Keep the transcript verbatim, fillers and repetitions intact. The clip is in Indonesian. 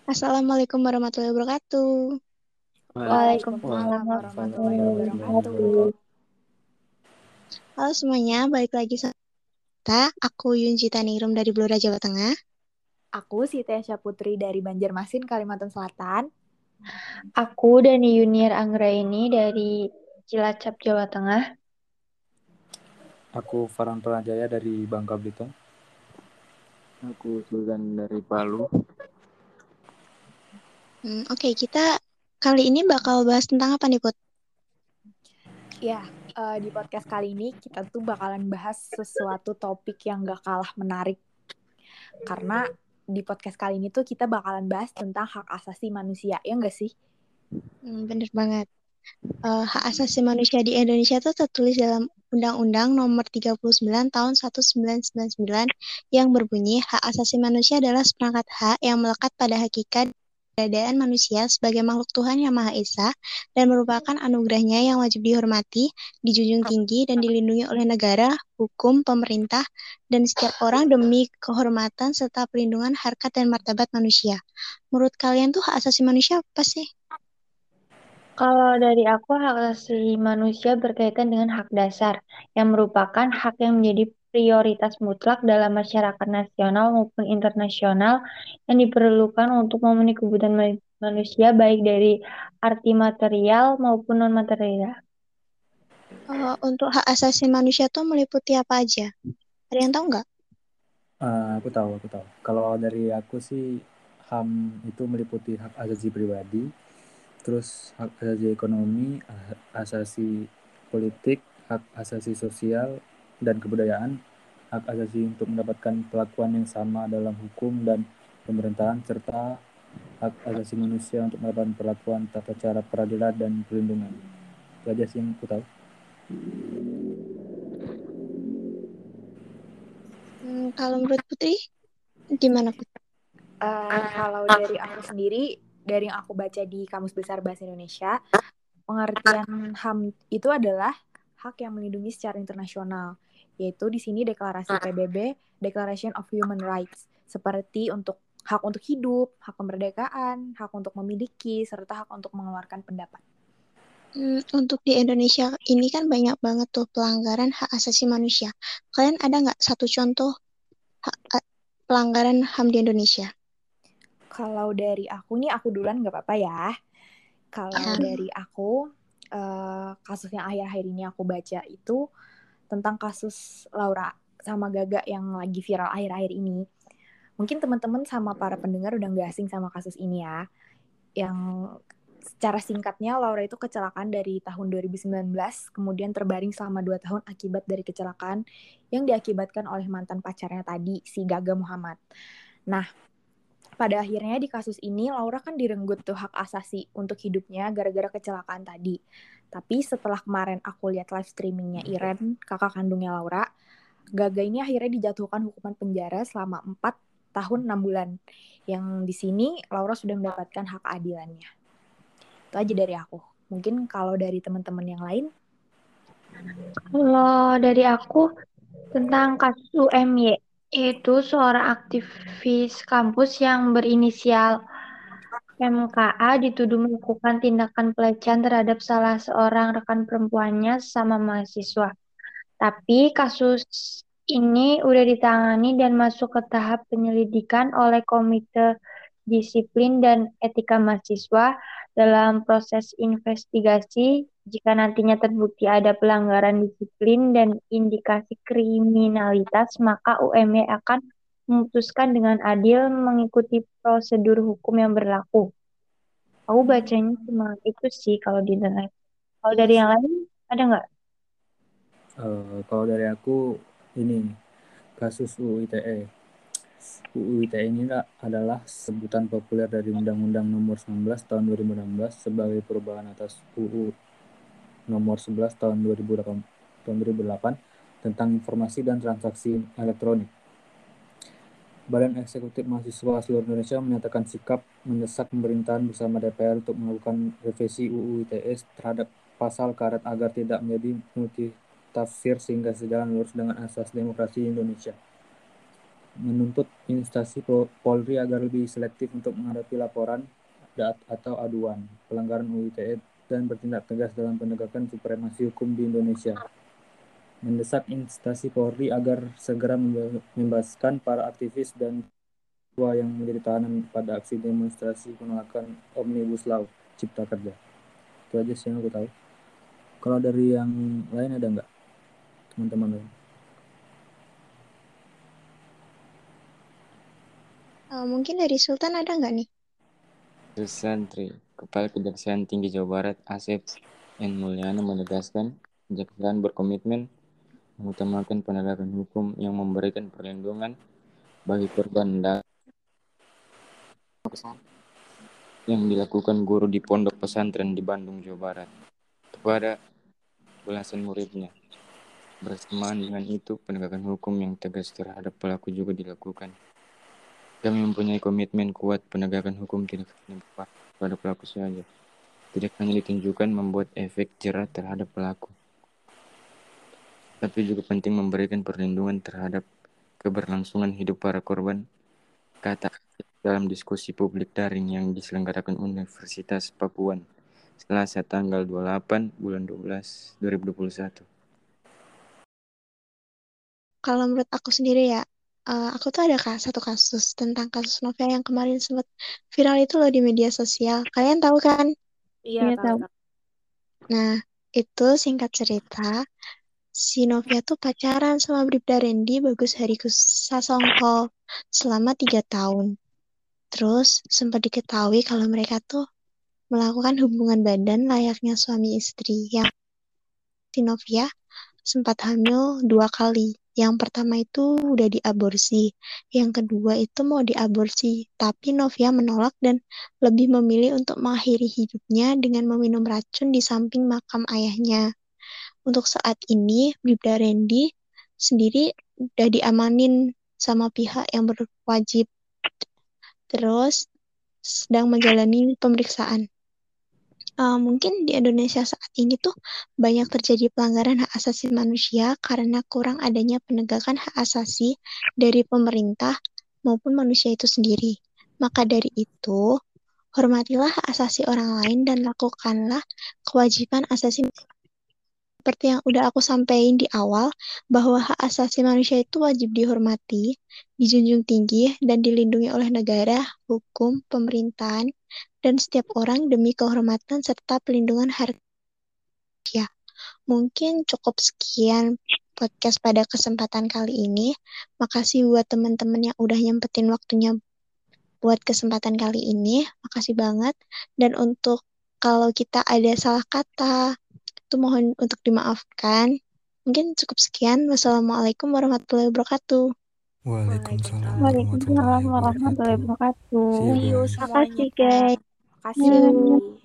Assalamualaikum warahmatullahi wabarakatuh. Waalaikumsalam Waalaikumsalam warahmatullahi warahmatullahi wabarakatuh. wabarakatuh. Halo semuanya, balik lagi sama kita. Aku Yunjita Ningrum dari Blora, Jawa Tengah. Aku Siti Putri dari Banjarmasin, Kalimantan Selatan. Aku Dani Yuniar Anggraini dari Cilacap, Jawa Tengah. Aku Farhan Pranajaya dari Bangka Belitung. Aku Sultan dari Palu. Hmm, Oke, kita kali ini bakal bahas tentang apa nih, Put? Ya, uh, di podcast kali ini kita tuh bakalan bahas sesuatu topik yang gak kalah menarik. Karena di podcast kali ini tuh kita bakalan bahas tentang hak asasi manusia, ya nggak sih? Hmm, bener banget. Uh, hak asasi manusia di Indonesia itu tertulis dalam Undang-Undang Nomor tiga puluh sembilan Tahun seribu sembilan ratus sembilan puluh sembilan yang berbunyi hak asasi manusia adalah seperangkat hak yang melekat pada hakikat keberadaan manusia sebagai makhluk Tuhan yang Maha Esa dan merupakan anugerahnya yang wajib dihormati, dijunjung tinggi, dan dilindungi oleh negara, hukum, pemerintah, dan setiap orang demi kehormatan serta perlindungan harkat dan martabat manusia. Menurut kalian tuh hak asasi manusia apa sih? Kalau dari aku, hak asasi manusia berkaitan dengan hak dasar, yang merupakan hak yang menjadi prioritas mutlak dalam masyarakat nasional maupun internasional yang diperlukan untuk memenuhi kebutuhan manusia baik dari arti material maupun non-material. Uh, untuk hak asasi manusia tuh meliputi apa aja? Ada yang tahu nggak? Uh, aku tahu, aku tahu. Kalau dari aku sih, H A M itu meliputi hak asasi pribadi, terus hak asasi ekonomi, hak asasi politik, hak asasi sosial dan kebudayaan, hak asasi untuk mendapatkan perlakuan yang sama dalam hukum dan pemerintahan, serta hak asasi manusia untuk mendapatkan perlakuan tata cara peradilan dan perlindungan. Itu aja sih yang aku tahu. Hmm, kalau menurut Putri, gimana Putri? Uh, kalau dari aku sendiri, dari yang aku baca di Kamus Besar Bahasa Indonesia, pengertian H A M itu adalah hak yang melindungi secara internasional, yaitu di sini deklarasi P B B, Declaration of Human Rights, seperti untuk hak untuk hidup, hak kemerdekaan, hak untuk memiliki, serta hak untuk mengeluarkan pendapat. Hmm, untuk di Indonesia ini kan banyak banget tuh pelanggaran hak asasi manusia. Kalian ada nggak satu contoh hak, pelanggaran H A M di Indonesia? Kalau dari aku nih, aku duluan nggak apa-apa ya. Kalau Ya. dari aku, uh, kasus yang akhir-akhir ini aku baca itu tentang kasus Laura sama Gaga yang lagi viral akhir-akhir ini. Mungkin teman-teman sama para pendengar udah nggak asing sama kasus ini ya. Yang secara singkatnya, Laura itu kecelakaan dari tahun dua ribu sembilan belas, kemudian terbaring selama dua tahun akibat dari kecelakaan yang diakibatkan oleh mantan pacarnya tadi, si Gaga Muhammad. Nah, pada akhirnya di kasus ini Laura kan direnggut tuh hak asasi untuk hidupnya gara-gara kecelakaan tadi. Tapi setelah kemarin aku lihat live streamingnya Iren, kakak kandungnya Laura, Gaga ini akhirnya dijatuhkan hukuman penjara selama empat tahun enam bulan. Yang di sini Laura sudah mendapatkan hak keadilannya. Itu aja dari aku. Mungkin kalau dari teman-teman yang lain? Kalau dari aku, tentang kasus U M Y, yaitu seorang aktivis kampus yang berinisial M K A dituduh melakukan tindakan pelecehan terhadap salah seorang rekan perempuannya sama mahasiswa. Tapi kasus ini udah ditangani dan masuk ke tahap penyelidikan oleh Komite Disiplin dan Etika Mahasiswa. Dalam proses investigasi, jika nantinya terbukti ada pelanggaran disiplin dan indikasi kriminalitas, maka U M Y akan memutuskan dengan adil mengikuti prosedur hukum yang berlaku. Aku bacanya cuma itu sih kalau di internet. Kalau Iya dari sih. yang lain, ada nggak? Uh, kalau dari aku ini kasus U U I T E. U U I T E ini adalah sebutan populer dari Undang-Undang Nomor sembilan belas Tahun dua ribu enam belas sebagai perubahan atas U U Nomor sebelas Tahun dua ribu delapan tentang informasi dan transaksi elektronik. Badan Eksekutif Mahasiswa seluruh Indonesia menyatakan sikap mendesak pemerintahan bersama D P R untuk melakukan revisi U U I T E terhadap pasal karet agar tidak menjadi multitafsir sehingga sejalan lurus dengan asas demokrasi Indonesia. menuntut instansi Polri agar lebih selektif untuk menghadapi laporan atau aduan pelanggaran U U I T E dan bertindak tegas dalam penegakan supremasi hukum di Indonesia. Mendesak instansi Polri agar segera membebaskan para aktivis dan siswa yang menjadi tahanan pada aksi demonstrasi penolakan Omnibus Law Cipta Kerja. Itu aja sih yang aku tahu. Kalau dari yang lain ada nggak, teman-teman lain? Uh, mungkin dari Sultan ada nggak nih? Santri, Kepala Kejaksaan Tinggi Jawa Barat Asep N. Mulyana menegaskan, Kejaksaan berkomitmen mengutamakan penegakan hukum yang memberikan perlindungan bagi korban dan yang dilakukan guru di pondok pesantren di Bandung, Jawa Barat kepada belasan muridnya. Bersamaan dengan itu, penegakan hukum yang tegas terhadap pelaku juga dilakukan. Kami mempunyai komitmen kuat penegakan hukum tidak hanya pada pelaku saja, tidak hanya ditunjukkan membuat efek jerah terhadap pelaku, tapi juga penting memberikan perlindungan terhadap keberlangsungan hidup para korban, kata dalam diskusi publik daring yang diselenggarakan Universitas Papuan Selasa tanggal dua puluh delapan bulan dua belas dua ribu dua puluh satu. Kalau menurut aku sendiri ya, uh, aku tuh ada kas- satu kasus tentang kasus Novia yang kemarin sempat viral itu loh di media sosial. Kalian tahu kan? Iya, Iya, tahu. tahu. tahu. Nah, itu singkat cerita, si Novia tuh pacaran sama Bribda Randy Bagus Hari Sasongko selama tiga tahun. Terus sempat diketahui kalau mereka tuh melakukan hubungan badan layaknya suami istri, yang si Novia sempat hamil dua kali. Yang pertama itu udah diaborsi, yang kedua itu mau diaborsi, tapi Novia menolak dan lebih memilih untuk mengakhiri hidupnya dengan meminum racun di samping makam ayahnya. Untuk saat ini, Bribda Randy sendiri udah diamanin sama pihak yang berwajib, terus sedang menjalani pemeriksaan. Uh, mungkin di Indonesia saat ini tuh banyak terjadi pelanggaran hak asasi manusia karena kurang adanya penegakan hak asasi dari pemerintah maupun manusia itu sendiri. Maka dari itu, hormatilah hak asasi orang lain dan lakukanlah kewajiban asasi seperti yang udah aku sampaikan di awal, bahwa hak asasi manusia itu wajib dihormati, dijunjung tinggi, dan dilindungi oleh negara, hukum, pemerintahan, dan setiap orang demi kehormatan serta pelindungan harga manusia. Mungkin cukup sekian podcast pada kesempatan kali ini. Makasih buat teman-teman yang udah nyempetin waktunya buat kesempatan kali ini. Makasih banget. Dan untuk kalau kita ada salah kata, itu mohon untuk dimaafkan. Mungkin cukup sekian. Wassalamualaikum warahmatullahi wabarakatuh. Waalaikumsalam Waalaikumsalam warahmatullahi warahmatullahi wabarakatuh. wabarakatuh. See you See you guys. semuanya. Makasih guys. Makasih. Ya.